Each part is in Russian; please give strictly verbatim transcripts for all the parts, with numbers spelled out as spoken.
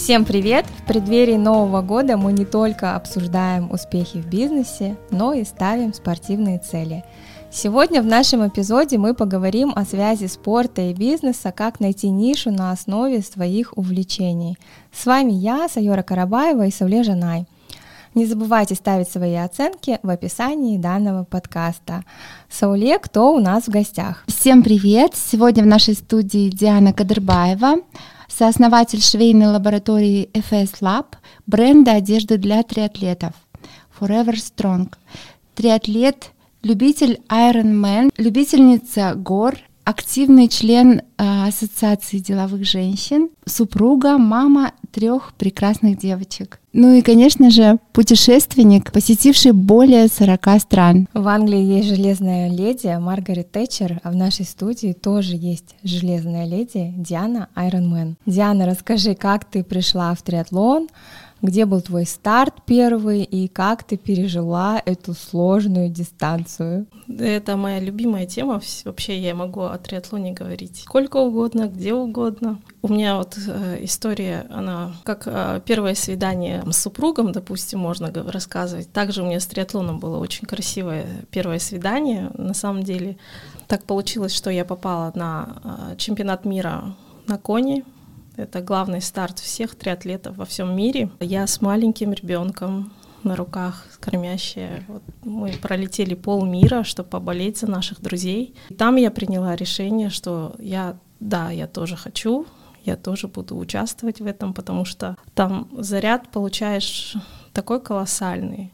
Всем привет! В преддверии Нового года мы не только обсуждаем успехи в бизнесе, но и ставим спортивные цели. Сегодня в нашем эпизоде мы поговорим о связи спорта и бизнеса, как найти нишу на основе своих увлечений. С вами я, Сайора Карабаева и Сауле Жанай. Не забывайте ставить свои оценки в описании данного подкаста. Сауле, кто у нас в гостях? Всем привет! Сегодня в нашей студии Диана Кадырбаева, сооснователь швейной лаборатории эф эс Lab, бренда одежды для триатлетов Forever Strong. Триатлет, любитель Ironman, любительница гор, активный член э, Ассоциации деловых женщин, супруга, мама трех прекрасных девочек. Ну и, конечно же, путешественник, посетивший более сорока стран. В Англии есть железная леди Маргарет Тэтчер, а в нашей студии тоже есть железная леди Диана Ironman. Диана, расскажи, как ты пришла в триатлон, где был твой старт первый и как ты пережила эту сложную дистанцию? Это моя любимая тема. Вообще я могу о триатлоне говорить сколько угодно, где угодно. У меня вот э, история, она как э, первое свидание с супругом, допустим, можно рассказывать. Также у меня с триатлоном было очень красивое первое свидание. На самом деле так получилось, что я попала на э, чемпионат мира на коне. Это главный старт всех триатлетов во всем мире. Я с маленьким ребенком на руках, кормящая. Вот мы пролетели полмира, чтобы поболеть за наших друзей. И там я приняла решение, что я, да, я тоже хочу, я тоже буду участвовать в этом, потому что там заряд получаешь такой колоссальный.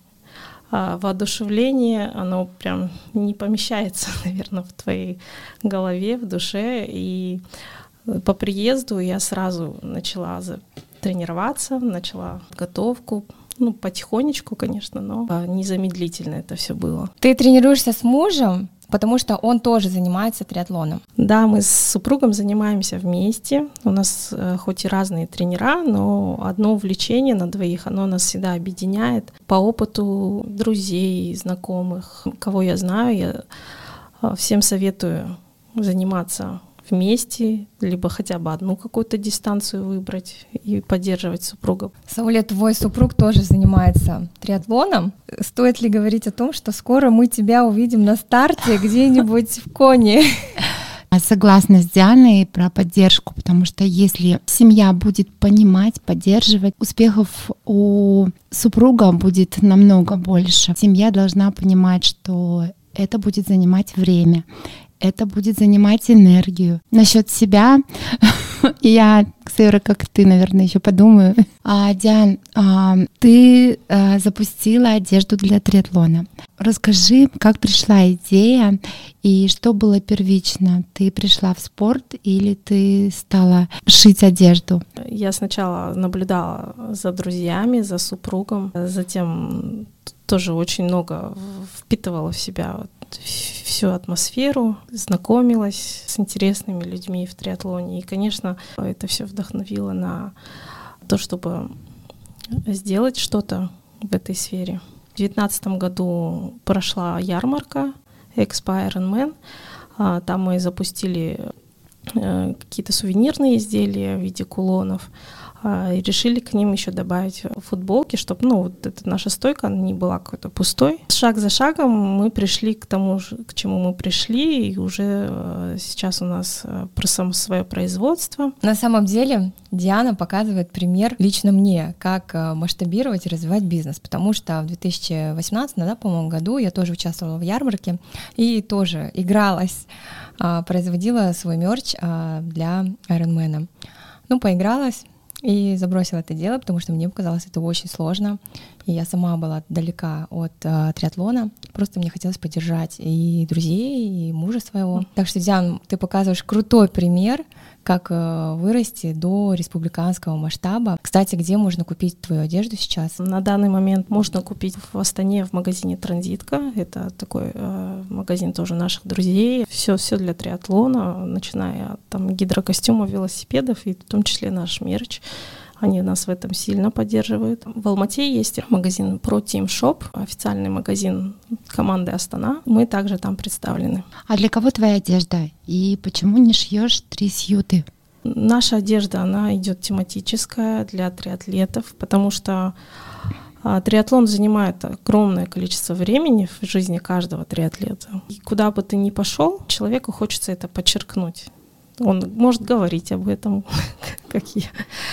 А воодушевление, оно прям не помещается, наверное, в твоей голове, в душе. И по приезду я сразу начала тренироваться, начала готовку. Ну, потихонечку, конечно, но незамедлительно это все было. Ты тренируешься с мужем, потому что он тоже занимается триатлоном. Да, мы с супругом занимаемся вместе. У нас хоть и разные тренера, но одно увлечение на двоих, оно нас всегда объединяет. По опыту друзей, знакомых, кого я знаю, я всем советую заниматься вместе, либо хотя бы одну какую-то дистанцию выбрать и поддерживать супруга. Сауле, твой супруг тоже занимается триатлоном. Стоит ли говорить о том, что скоро мы тебя увидим на старте где-нибудь в Коне? Согласна с Дианой про поддержку, потому что если семья будет понимать, поддерживать, успехов у супруга будет намного больше. Семья должна понимать, что это будет занимать время, это будет занимать энергию. Насчет себя я, Сайора, как ты, наверное, еще подумаю. А, Диан, а, ты а, запустила одежду для триатлона. Расскажи, как пришла идея и что было первично? Ты пришла в спорт или ты стала шить одежду? Я сначала наблюдала за друзьями, за супругом, затем тоже очень много впитывала в себя всю атмосферу, знакомилась с интересными людьми в триатлоне. И, конечно, это все вдохновило на то, чтобы сделать что-то в этой сфере. В две тысячи девятнадцатом году прошла ярмарка Expo Ironman. Там мы запустили какие-то сувенирные изделия в виде кулонов. И решили к ним еще добавить футболки, чтобы, ну, вот эта наша стойка не была какой-то пустой. Шаг за шагом мы пришли к тому, к чему мы пришли, и уже сейчас у нас свое производство. На самом деле Диана показывает пример лично мне, как масштабировать и развивать бизнес, потому что в две тысячи восемнадцатом, да, по-моему, году я тоже участвовала в ярмарке и тоже игралась, производила свой мерч для Ironman. Ну, поигралась и забросила это дело, потому что мне показалось это очень сложно. И я сама была далека от э, триатлона. Просто мне хотелось поддержать и друзей, и мужа своего. Так что, Диан, ты показываешь крутой пример, как э, вырасти до республиканского масштаба. Кстати, где можно купить твою одежду сейчас? На данный момент можно купить в Астане в магазине «Транзитка». Это такой э, магазин тоже наших друзей. Все, все для триатлона, начиная от там, гидрокостюмов, велосипедов и в том числе наш мерч. Они нас в этом сильно поддерживают. В Алмате есть магазин Pro Team Shop, официальный магазин команды Астана. Мы также там представлены. А для кого твоя одежда? И почему не шьешь три сьюты? Наша одежда, она идет тематическая для триатлетов, потому что а, триатлон занимает огромное количество времени в жизни каждого триатлета. И куда бы ты ни пошел, человеку хочется это подчеркнуть. Он может говорить об этом, как я.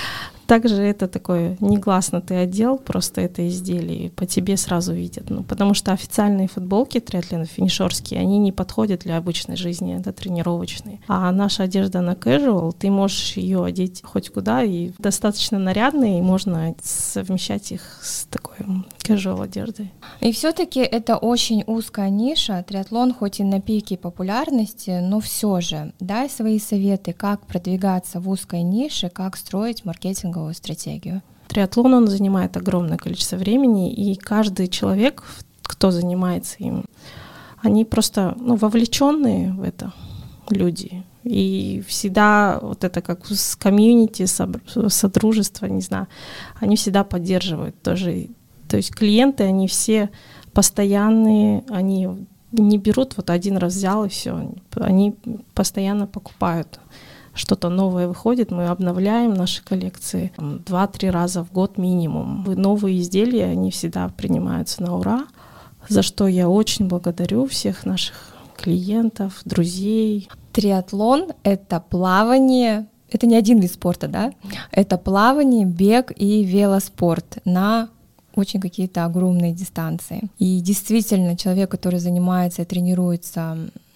Также это такое негласно ты одел, просто это изделие, и по тебе сразу видят. Ну, потому что официальные футболки триатлонов, финишерские, они не подходят для обычной жизни, это тренировочные. А наша одежда на casual, ты можешь ее одеть хоть куда, и достаточно нарядные, и можно совмещать их с такой casual одеждой. И все-таки это очень узкая ниша. Триатлон хоть и на пике популярности, но все же дай свои советы, как продвигаться в узкой нише, как строить маркетинговую стратегию. Триатлон, он занимает огромное количество времени, и каждый человек, кто занимается им, они просто ну, вовлеченные в это люди. И всегда вот это как с комьюнити, содружество, не знаю, они всегда поддерживают тоже. То есть клиенты, они все постоянные, они не берут, вот один раз взял и все, они постоянно покупают. Что-то новое выходит, мы обновляем наши коллекции два-три раза в год минимум. Новые изделия, они всегда принимаются на ура, за что я очень благодарю всех наших клиентов, друзей. Триатлон — это плавание, это не один вид спорта, да? Это плавание, бег и велоспорт на очень какие-то огромные дистанции. И действительно, человек, который занимается и тренируется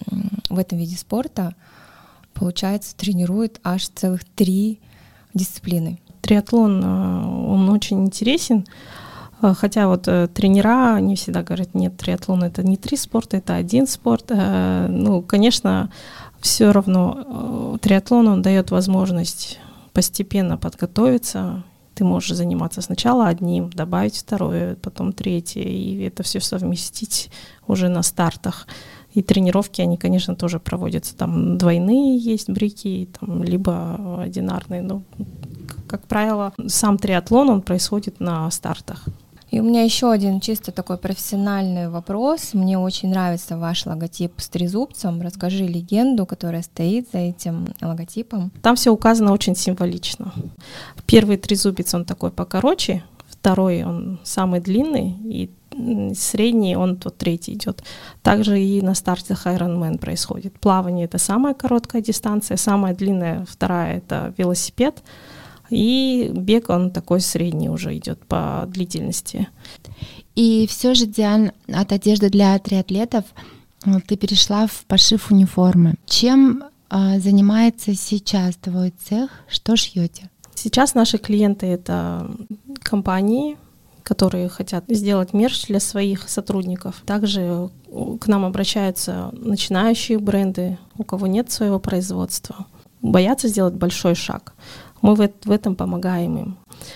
в этом виде спорта, получается, тренирует аж целых три дисциплины. Триатлон, он очень интересен, хотя вот тренера не всегда говорят, нет, триатлон — это не три спорта, это один спорт. Ну, конечно, все равно триатлон, он дает возможность постепенно подготовиться. Ты можешь заниматься сначала одним, добавить второе, потом третье, и это все совместить уже на стартах. И тренировки, они, конечно, тоже проводятся. Там двойные есть брики, там, либо одинарные. Но, как правило, сам триатлон, он происходит на стартах. И у меня еще один чисто такой профессиональный вопрос. Мне очень нравится ваш логотип с трезубцем. Расскажи легенду, которая стоит за этим логотипом. Там все указано очень символично. Первый трезубец, он такой покороче, второй, он самый длинный, и средний, он вот третий идет. Также и на старте Ironman происходит. Плавание — это самая короткая дистанция, самая длинная, вторая — это велосипед, и бег, он такой средний уже идет по длительности. И все же, Диан, от одежды для триатлетов ты перешла в пошив униформы. Чем а, занимается сейчас твой цех? Что шьете? Сейчас наши клиенты — это компании, которые хотят сделать мерч для своих сотрудникиков. Также к нам обращаются начинающие бренды, у кого нет своего производства, боятся сделать большой шаг. Мы в, в этом помогаем им.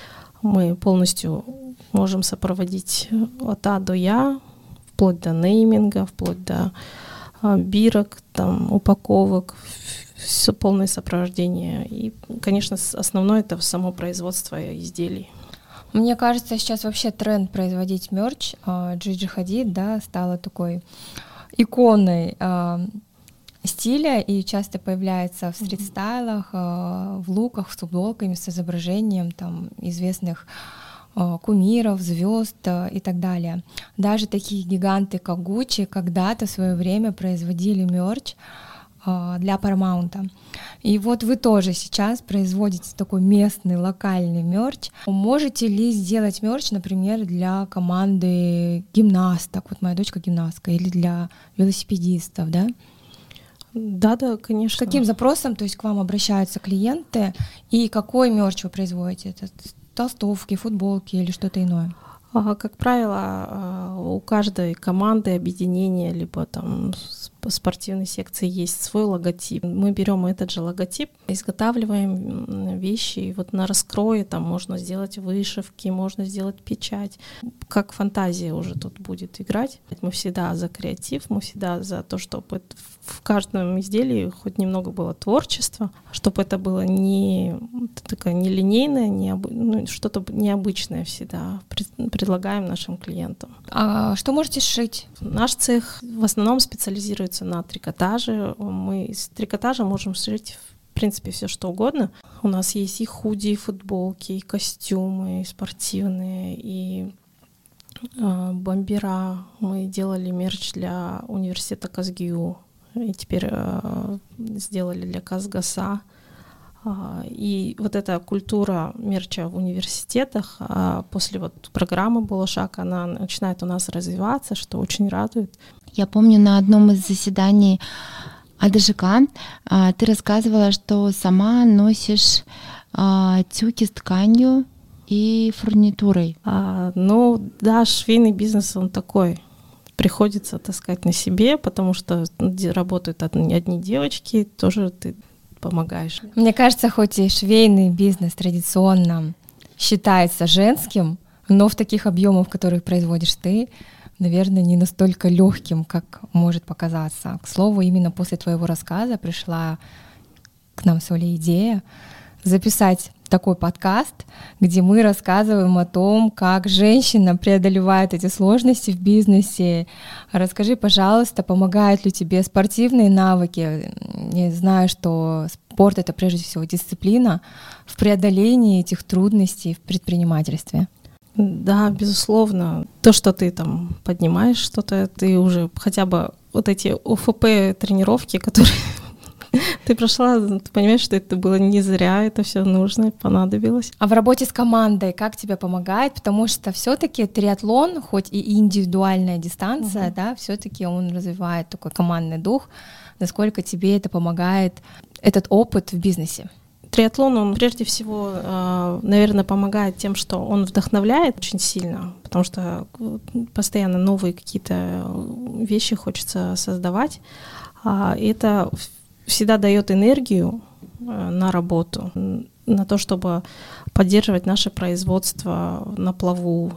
Мы полностью можем сопроводить от А до Я, вплоть до нейминга, вплоть до а, бирок, там, упаковок, все полное сопровождение. И, конечно, основное — это само производство изделий. Мне кажется, сейчас вообще тренд производить мерч. Джиджи Хадид, да, стала такой иконой э, стиля и часто появляется в стрит-стайлах, э, в луках, с футболками, с изображением там известных э, кумиров, звезд э, и так далее. Даже такие гиганты, как Гуччи, когда-то в свое время производили мерч э, для Paramount. И вот вы тоже сейчас производите такой местный, локальный мерч. Можете ли сделать мерч, например, для команды гимнасток, вот моя дочка гимнастка, или для велосипедистов, да? Да, да, конечно. С каким запросом, то есть к вам обращаются клиенты, и какой мерч вы производите? Это толстовки, футболки или что-то иное? Как правило, у каждой команды, объединения, либо там спортивной секции есть свой логотип. Мы берем этот же логотип, изготавливаем вещи, и вот на раскрое там можно сделать вышивки, можно сделать печать. Как фантазия уже тут будет играть. Мы всегда за креатив, мы всегда за то, чтобы в каждом изделии хоть немного было творчества, чтобы это было не такое нелинейное, не об... ну, что-то необычное всегда предлагаем нашим клиентам. А что можете сшить? Наш цех в основном специализируется на трикотаже. Мы из трикотажа можем сшить принципе, все что угодно. У нас есть и худи, и футболки, и костюмы, и спортивные, и э, бомбера. Мы делали мерч для университета КазГИУ, и теперь э, сделали для Казгаса. И вот эта культура мерча в университетах после вот программы «Болошак», она начинает у нас развиваться, что очень радует. Я помню, на одном из заседаний АДЖК ты рассказывала, что сама носишь тюки с тканью и фурнитурой. А, ну да, швейный бизнес, он такой. Приходится таскать на себе, потому что работают одни, одни девочки, тоже ты помогаешь. Мне кажется, хоть и швейный бизнес традиционно считается женским, но в таких объемах, в которых производишь ты, наверное, не настолько легким, как может показаться. К слову, именно после твоего рассказа пришла к нам с Олей идея записать такой подкаст, где мы рассказываем о том, как женщина преодолевает эти сложности в бизнесе. Расскажи, пожалуйста, помогают ли тебе спортивные навыки? Я знаю, что спорт — это прежде всего дисциплина в преодолении этих трудностей в предпринимательстве. Да, безусловно. То, что ты там поднимаешь что-то, ты уже хотя бы вот эти ОФП-тренировки, которые ты прошла, ты понимаешь, что это было не зря, это все нужно, понадобилось. А в работе с командой как тебе помогает? Потому что все-таки триатлон, хоть и индивидуальная дистанция, uh-huh. да, все-таки он развивает такой командный дух. Насколько тебе это помогает, этот опыт в бизнесе? Триатлон, он прежде всего, наверное, помогает тем, что он вдохновляет очень сильно, потому что постоянно новые какие-то вещи хочется создавать. И это всегда дает энергию на работу, на то, чтобы поддерживать наше производство на плаву,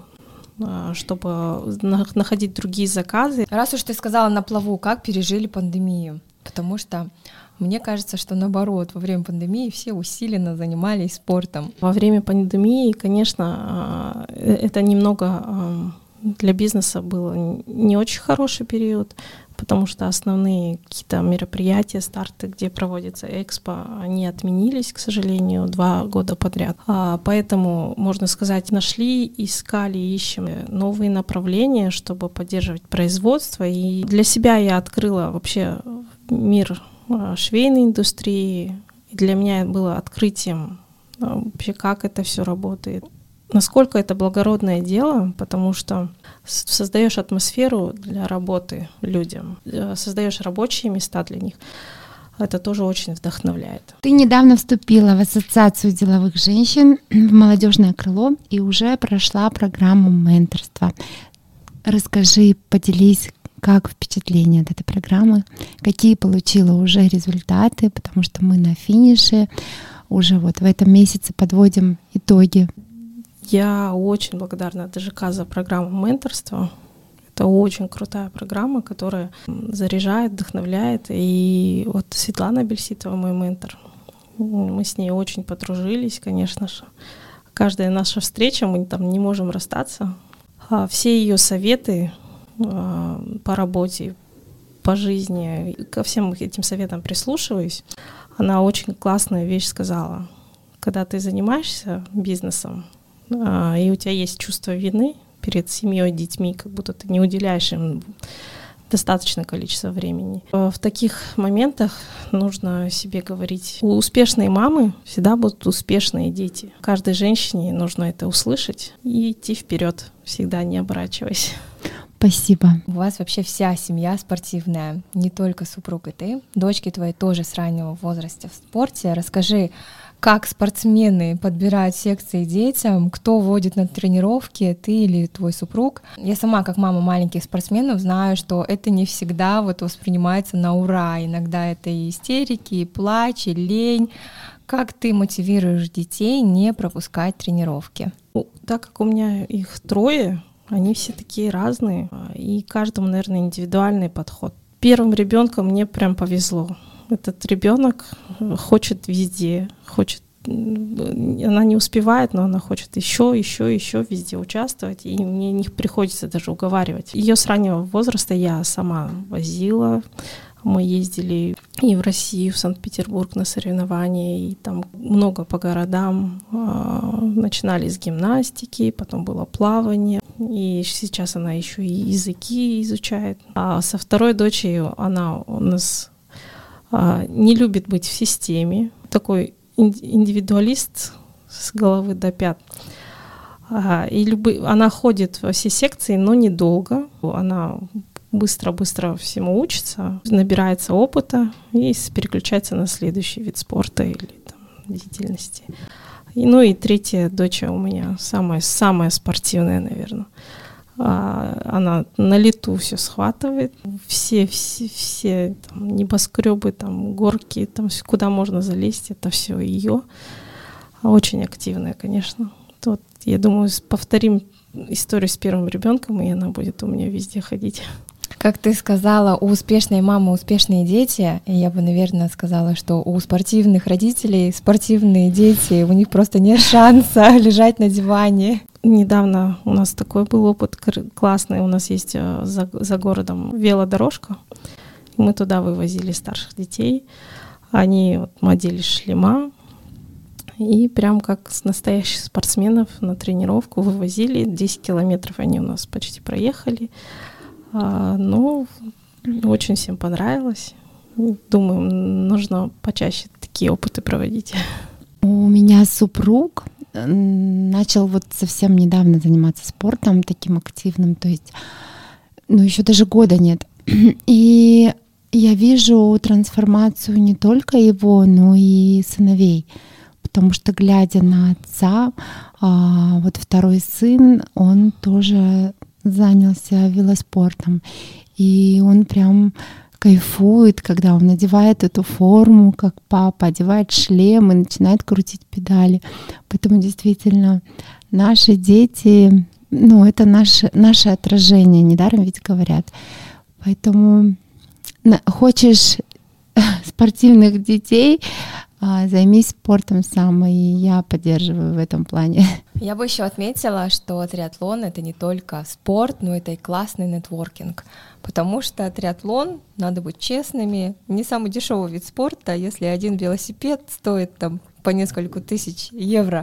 чтобы находить другие заказы. Раз уж ты сказала на плаву, как пережили пандемию? Потому что мне кажется, что наоборот, во время пандемии все усиленно занимались спортом. Во время пандемии, конечно, это немного для бизнеса был не очень хороший период, потому что основные какие-то мероприятия, старты, где проводится экспо, они отменились, к сожалению, два года подряд. А поэтому, можно сказать, нашли, искали, ищем новые направления, чтобы поддерживать производство. И для себя я открыла вообще мир швейной индустрии. И для меня было открытием вообще, как это все работает. Насколько это благородное дело, потому что создаешь атмосферу для работы людям, создаешь рабочие места для них. Это тоже очень вдохновляет. Ты недавно вступила в Ассоциацию деловых женщин, в молодежное крыло, и уже прошла программу менторства. Расскажи, поделись, как впечатление от этой программы, какие получила уже результаты, потому что мы на финише, уже вот в этом месяце подводим итоги. Я очень благодарна ДЖК за программу менторства. Это очень крутая программа, которая заряжает, вдохновляет. И вот Светлана Бельситова, мой ментор, мы с ней очень подружились, конечно же. Каждая наша встреча, мы там не можем расстаться. Все ее советы по работе, по жизни, ко всем этим советам прислушиваюсь. Она очень классную вещь сказала. Когда ты занимаешься бизнесом, и у тебя есть чувство вины перед семьей, детьми, как будто ты не уделяешь им достаточное количество времени. В таких моментах нужно себе говорить: у успешной мамы всегда будут успешные дети. Каждой женщине нужно это услышать и идти вперед, всегда не оборачиваясь. Спасибо. У вас вообще вся семья спортивная, не только супруг и ты. Дочки твои тоже с раннего возраста в спорте. Расскажи, как спортсмены подбирают секции детям, кто водит на тренировки, ты или твой супруг. Я сама, как мама маленьких спортсменов, знаю, что это не всегда вот воспринимается на ура. Иногда это и истерики, и плач, и лень. Как ты мотивируешь детей не пропускать тренировки? Ну, так как у меня их трое, они все такие разные, и каждому, наверное, индивидуальный подход. Первым ребенком мне прям повезло. Этот ребенок хочет везде, хочет, она не успевает, но она хочет еще, еще, еще везде участвовать, и мне не приходится даже уговаривать. Ее с раннего возраста я сама возила, Мы ездили и в Россию, в Санкт-Петербург на соревнования, и там много по городам. Начинали с гимнастики, потом было плавание, и сейчас она еще и языки изучает. А со второй дочерью она у нас не любит быть в системе, такой индивидуалист с головы до пят. И любы... Она ходит во все секции, но недолго. Она быстро-быстро всему учится, набирается опыта и переключается на следующий вид спорта или там, деятельности. И, ну и третья дочь у меня самая, самая спортивная, наверное. Она на лету все схватывает, все, все, все там, небоскребы, там, горки, там, куда можно залезть, это все ее. Очень активная, конечно. Вот, я думаю, повторим историю с первым ребенком, и она будет у меня везде ходить. Как ты сказала, у успешной мамы успешные дети, и я бы, наверное, сказала, что у спортивных родителей спортивные дети, у них просто нет шанса лежать на диване. Недавно у нас такой был опыт классный, у нас есть за, за городом велодорожка, мы туда вывозили старших детей, они вот, модели шлема, и прям как с настоящих спортсменов на тренировку вывозили, десять километров они у нас почти проехали. А, ну, очень всем понравилось. Думаю, нужно почаще такие опыты проводить. У меня супруг начал вот совсем недавно заниматься спортом таким активным, то есть, ну, еще даже года нет. И я вижу трансформацию не только его, но и сыновей, потому что, глядя на отца, а, вот второй сын, он тоже занялся велоспортом, и он прям кайфует, когда он надевает эту форму, как папа, одевает шлем и начинает крутить педали. Поэтому действительно наши дети, ну, это наше, наше отражение, недаром ведь говорят. Поэтому хочешь спортивных детей, займись спортом сам, и я поддерживаю в этом плане. Я бы еще отметила, что триатлон — это не только спорт, но это и классный нетворкинг, потому что триатлон, надо быть честными, не самый дешевый вид спорта, если один велосипед стоит там по несколько тысяч евро.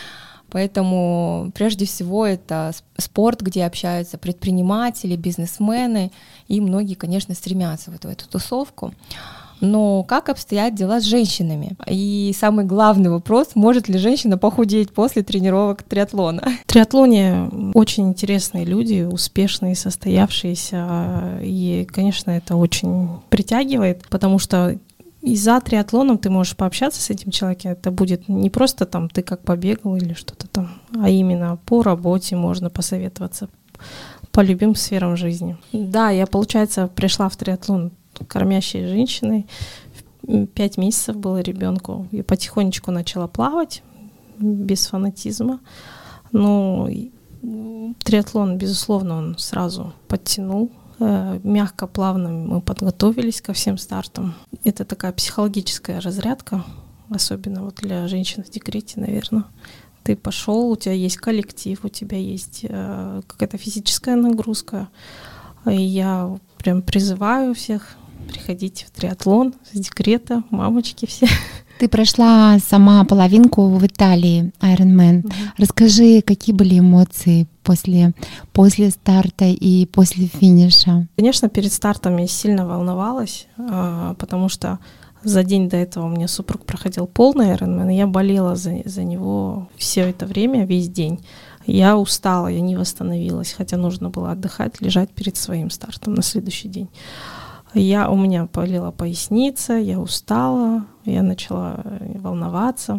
Поэтому прежде всего это спорт, где общаются предприниматели, бизнесмены, и многие, конечно, стремятся вот в эту тусовку. Но как обстоят дела с женщинами? И самый главный вопрос, может ли женщина похудеть после тренировок триатлона? В триатлоне очень интересные люди, успешные, состоявшиеся, и, конечно, это очень притягивает, потому что и за триатлоном ты можешь пообщаться с этим человеком, это будет не просто там ты как побегал или что-то там, а именно по работе можно посоветоваться, по любым сферам жизни. Да, я, получается, пришла в триатлон кормящей женщиной. Пять месяцев было ребенку. И потихонечку начала плавать, без фанатизма. Но триатлон, безусловно, он сразу подтянул. Мягко, плавно мы подготовились ко всем стартам. Это такая психологическая разрядка, особенно вот для женщин в декрете, наверное. Ты пошел, у тебя есть коллектив, у тебя есть какая-то физическая нагрузка. И я прям призываю всех приходить в триатлон с декрета, мамочки все. Ты прошла сама половинку в Италии, Ironman. Mm-hmm. Расскажи, какие были эмоции после, после старта и после финиша? Конечно, перед стартом я сильно волновалась, потому что за день до этого у меня супруг проходил полный Ironman, и я болела за, за него все это время, весь день. Я устала, я не восстановилась, хотя нужно было отдыхать, лежать перед своим стартом на следующий день. Я, у меня болела поясница, я устала, я начала волноваться.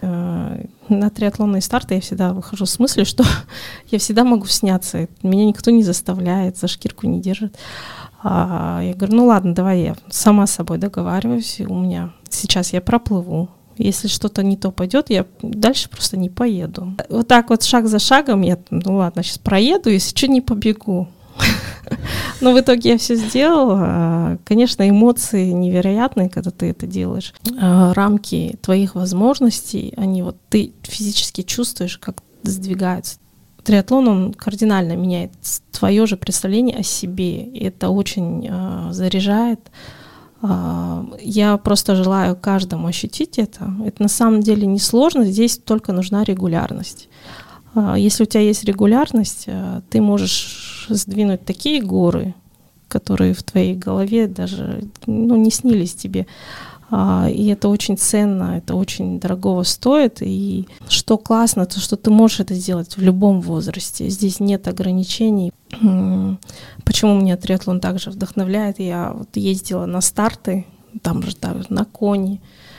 На триатлонные старты я всегда выхожу с мыслью, что я всегда могу сняться, меня никто не заставляет, за шкирку не держит. Я говорю, ну ладно, давай я сама с собой договариваюсь, у меня сейчас я проплыву. Если что-то не то пойдет, я дальше просто не поеду. Вот так вот шаг за шагом я, ну ладно, сейчас проеду, если что, не побегу. Но в итоге я все сделала. Конечно, эмоции невероятные, когда ты это делаешь. Рамки твоих возможностей, они вот ты физически чувствуешь, как сдвигаются. Триатлон, он кардинально меняет твое же представление о себе. И это очень заряжает. Я просто желаю каждому ощутить это. Это на самом деле не сложно, здесь только нужна регулярность. Если у тебя есть регулярность, ты можешь сдвинуть такие горы, которые в твоей голове даже ну, не снились тебе. И это очень ценно, это очень дорогого стоит. И что классно, то что ты можешь это сделать в любом возрасте. Здесь нет ограничений. Почему меня триатлон также вдохновляет? Я вот ездила на старты, там же так, на Кони.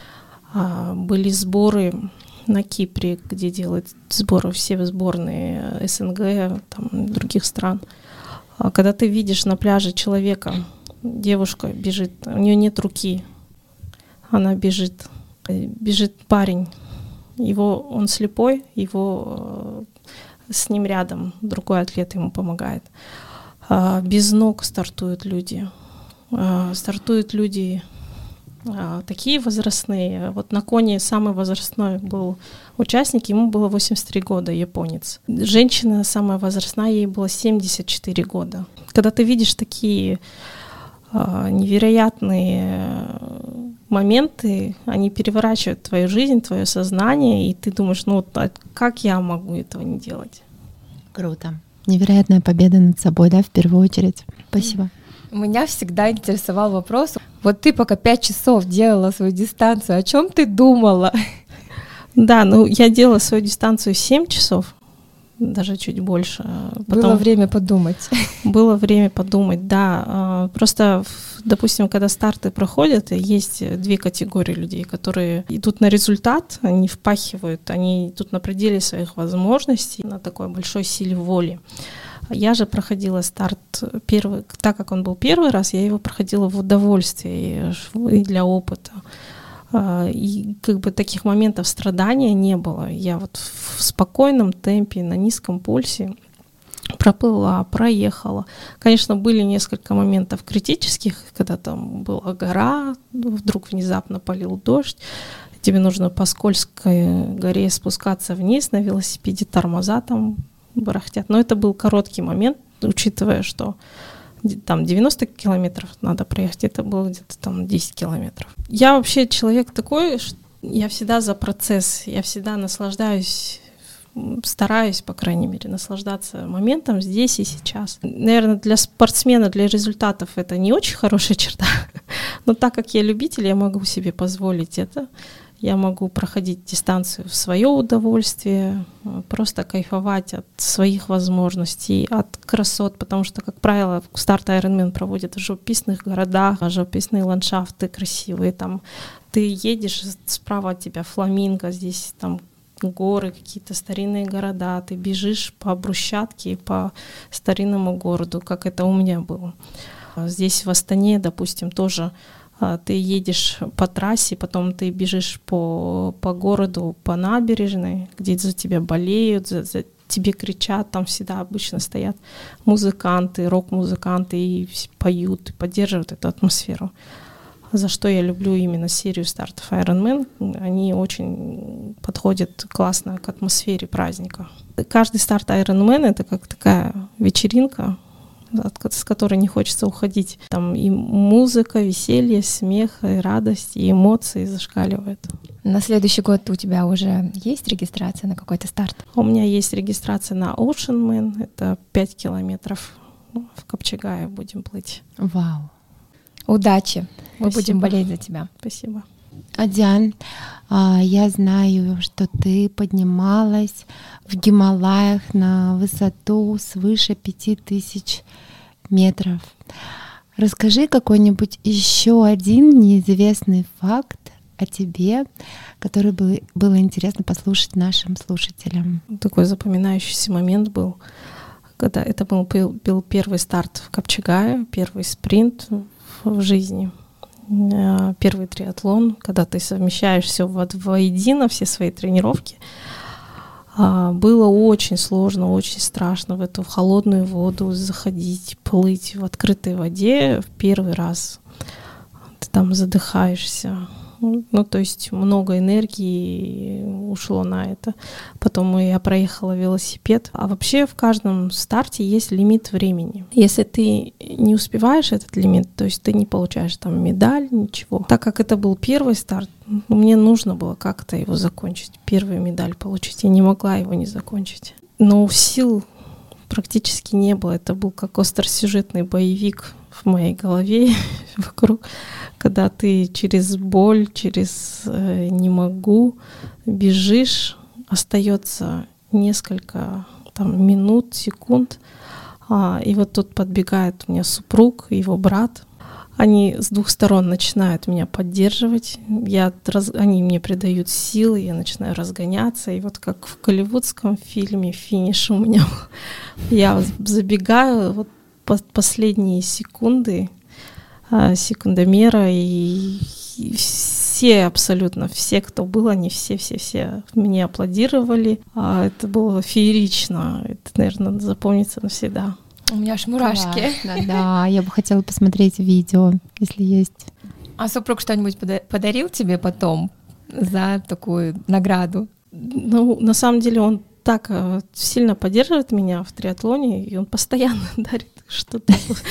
Были сборы на Кипре, где делают сборы все сборные СНГ, там, других стран. Когда ты видишь на пляже человека, девушка бежит, у нее нет руки, она бежит, бежит парень, его, он слепой, его с ним рядом другой атлет ему помогает. Без ног стартуют люди, стартуют люди такие возрастные. Вот на Коне самый возрастной был участник, ему было восемьдесят три года, японец. Женщина самая возрастная, ей было семьдесят четыре года. Когда ты видишь такие а, невероятные моменты, они переворачивают твою жизнь, твое сознание, и ты думаешь, ну вот, а как я могу этого не делать? Круто. Невероятная победа над собой, да, в первую очередь. Спасибо. Меня всегда интересовал вопрос, вот ты пока пять часов делала свою дистанцию, о чем ты думала? Да, ну я делала свою дистанцию семь часов, даже чуть больше. Потом было время подумать. Было время подумать, да. Просто, допустим, когда старты проходят, есть две категории людей, которые идут на результат, они впахивают, они идут на пределе своих возможностей, на такой большой силе воли. Я же проходила старт первый, так как он был первый раз, я его проходила в удовольствие и для опыта. И как бы таких моментов страдания не было. Я вот в спокойном темпе, на низком пульсе проплыла, проехала. Конечно, были несколько моментов критических, когда там была гора, вдруг внезапно полил дождь, тебе нужно по скользкой горе спускаться вниз на велосипеде, тормоза там барахтят. Но это был короткий момент, учитывая, что там девяносто километров надо проехать, это было где-то там десять километров. Я вообще человек такой, что я всегда за процесс, я всегда наслаждаюсь, стараюсь, по крайней мере, наслаждаться моментом здесь и сейчас. Наверное, для спортсмена, для результатов это не очень хорошая черта, но так как я любитель, я могу себе позволить это. Я могу проходить дистанцию в свое удовольствие, просто кайфовать от своих возможностей, от красот, потому что, как правило, старт Ironman проводят в живописных городах, живописные ландшафты красивые. Там ты едешь, справа от тебя фламинго, здесь там горы, какие-то старинные города, ты бежишь по брусчатке, по старинному городу, как это у меня было. Здесь в Астане, допустим, тоже ты едешь по трассе, потом ты бежишь по, по городу, по набережной, где за тебя болеют, за, за тебе кричат, там всегда обычно стоят музыканты, рок-музыканты и поют, и поддерживают эту атмосферу. За что я люблю именно серию стартов Ironman. Они очень подходят классно к атмосфере праздника. Каждый старт Ironman — это как такая вечеринка, с которой не хочется уходить. Там и музыка, веселье, смех, и радость, и эмоции зашкаливают. На следующий год у тебя уже есть регистрация на какой-то старт? У меня есть регистрация на Oceanman, это пять километров. В Копчегае будем плыть. Вау. Удачи. Мы Спасибо. будем болеть за тебя. Спасибо. А, Диан, я знаю, что ты поднималась в Гималаях на высоту свыше пяти тысяч метров. Расскажи какой-нибудь еще один неизвестный факт о тебе, который бы было интересно послушать нашим слушателям. Такой запоминающийся момент был, когда это был, был первый старт в Копчегае, первый спринт в жизни. Первый триатлон, когда ты совмещаешь все воедино, все свои тренировки. Было очень сложно, очень страшно в эту холодную воду заходить, плыть в открытой воде в первый раз. Ты там задыхаешься, Ну, то есть много энергии ушло на это. Потом я проехала велосипед. А вообще в каждом старте есть лимит времени. Если ты не успеваешь этот лимит, то есть ты не получаешь там медаль, ничего. Так как это был первый старт, мне нужно было как-то его закончить, первую медаль получить. Я не могла его не закончить. Но сил практически не было. Это был как остросюжетный боевик в моей голове вокруг, когда ты через боль, через э, не могу бежишь, остается несколько там, минут, секунд, а, и вот тут подбегает у меня супруг, его брат. Они с двух сторон начинают меня поддерживать, я, раз, они мне придают силы, я начинаю разгоняться, и вот как в голливудском фильме финиш у меня, я забегаю вот по последние секунды, секундомера, и, и все абсолютно, все, кто был, они все-все-все мне аплодировали, а это было феерично, это, наверное, запомнится навсегда. У меня аж мурашки. Классно, да, я бы хотела посмотреть видео, если есть. А супруг что-нибудь подарил тебе потом за такую награду? Ну, на самом деле он так сильно поддерживает меня в триатлоне, и он постоянно дарит что-то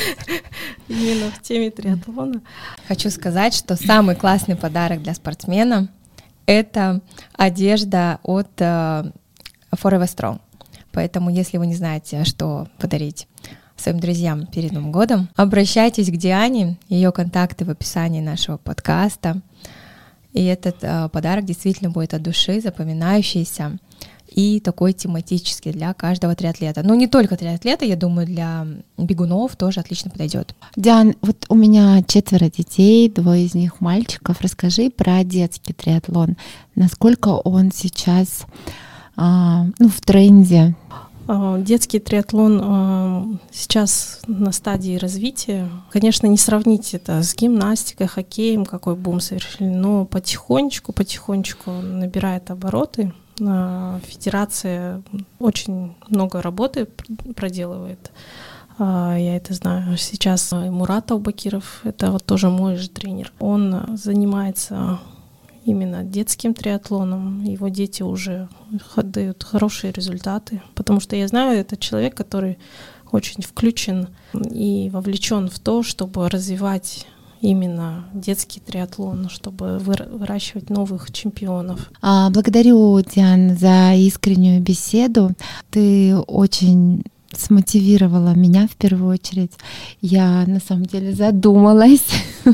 именно в теме триатлона. Хочу сказать, что самый классный подарок для спортсмена — это одежда от Forever Strong. Поэтому, если вы не знаете, что подарить своим друзьям перед Новым годом, обращайтесь к Диане, ее контакты в описании нашего подкаста. И этот э, подарок действительно будет от души, запоминающийся и такой тематический для каждого триатлета. Но не только триатлета, я думаю, для бегунов тоже отлично подойдет. Диан, вот у меня четверо детей, двое из них мальчиков. Расскажи про детский триатлон. Насколько он сейчас а, ну, в тренде? Детский триатлон сейчас на стадии развития. Конечно, не сравнить это с гимнастикой, хоккеем, какой бум совершили, но потихонечку, потихонечку набирает обороты. Федерация очень много работы проделывает. Я это знаю. Сейчас Мурат Аубакиров, это вот тоже мой же тренер, он занимается именно детским триатлоном. Его дети уже дают хорошие результаты, потому что я знаю, это человек, который очень включен и вовлечен в то, чтобы развивать именно детский триатлон, чтобы выращивать новых чемпионов. А, благодарю, Диана, за искреннюю беседу. Ты очень смотивировала меня в первую очередь. Я на самом деле задумалась.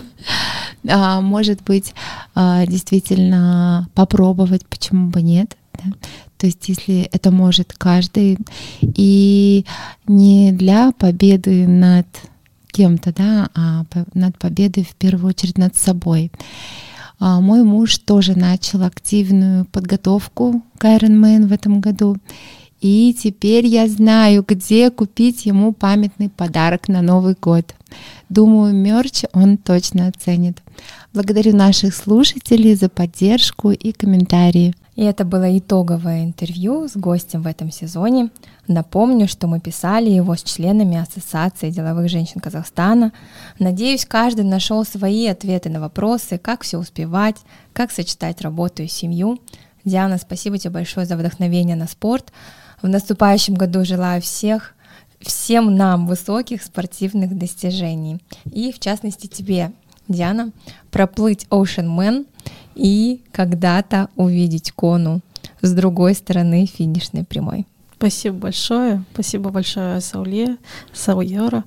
А, может быть, а, действительно попробовать, почему бы нет. Да? То есть если это может каждый, и не для победы над кем-то, да, а над победой в первую очередь над собой. А, мой муж тоже начал активную подготовку к Ironman в этом году. И теперь я знаю, где купить ему памятный подарок на Новый год. Думаю, мерч он точно оценит. Благодарю наших слушателей за поддержку и комментарии. И это было итоговое интервью с гостем в этом сезоне. Напомню, что мы писали его с членами Ассоциации деловых женщин Казахстана. Надеюсь, каждый нашел свои ответы на вопросы, как все успевать, как сочетать работу и семью. Диана, спасибо тебе большое за вдохновение на спорт. В наступающем году желаю всех, всем нам высоких спортивных достижений. И в частности тебе, Диана, проплыть Oceanman и когда-то увидеть Кону с другой стороны финишной прямой. Спасибо большое. Спасибо большое Сауле, Сауера.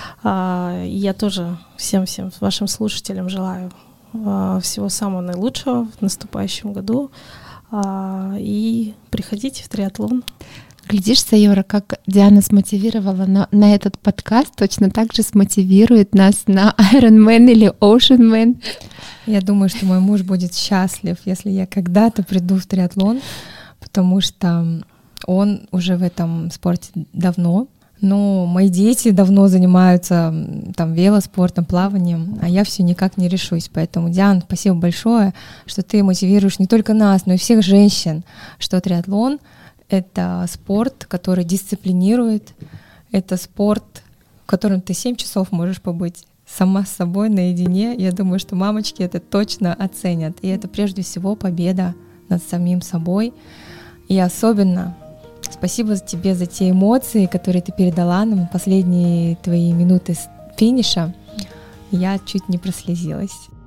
Я тоже всем-всем вашим слушателям желаю всего самого наилучшего в наступающем году. И приходите в триатлон. Глядишь, Сайора, как Диана смотивировала на, на этот подкаст, точно так же смотивирует нас на Ironman или Oceanman. Я думаю, что мой муж будет счастлив, если я когда-то приду в триатлон, потому что он уже в этом спорте давно. Но мои дети давно занимаются там велоспортом, плаванием, а я все никак не решусь. Поэтому, Диан, спасибо большое, что ты мотивируешь не только нас, но и всех женщин, что триатлон — это спорт, который дисциплинирует, это спорт, в котором ты семь часов можешь побыть сама с собой наедине, я думаю, что мамочки это точно оценят. И это прежде всего победа над самим собой. И особенно спасибо тебе за те эмоции, которые ты передала нам, последние твои минуты с финиша. Я чуть не прослезилась.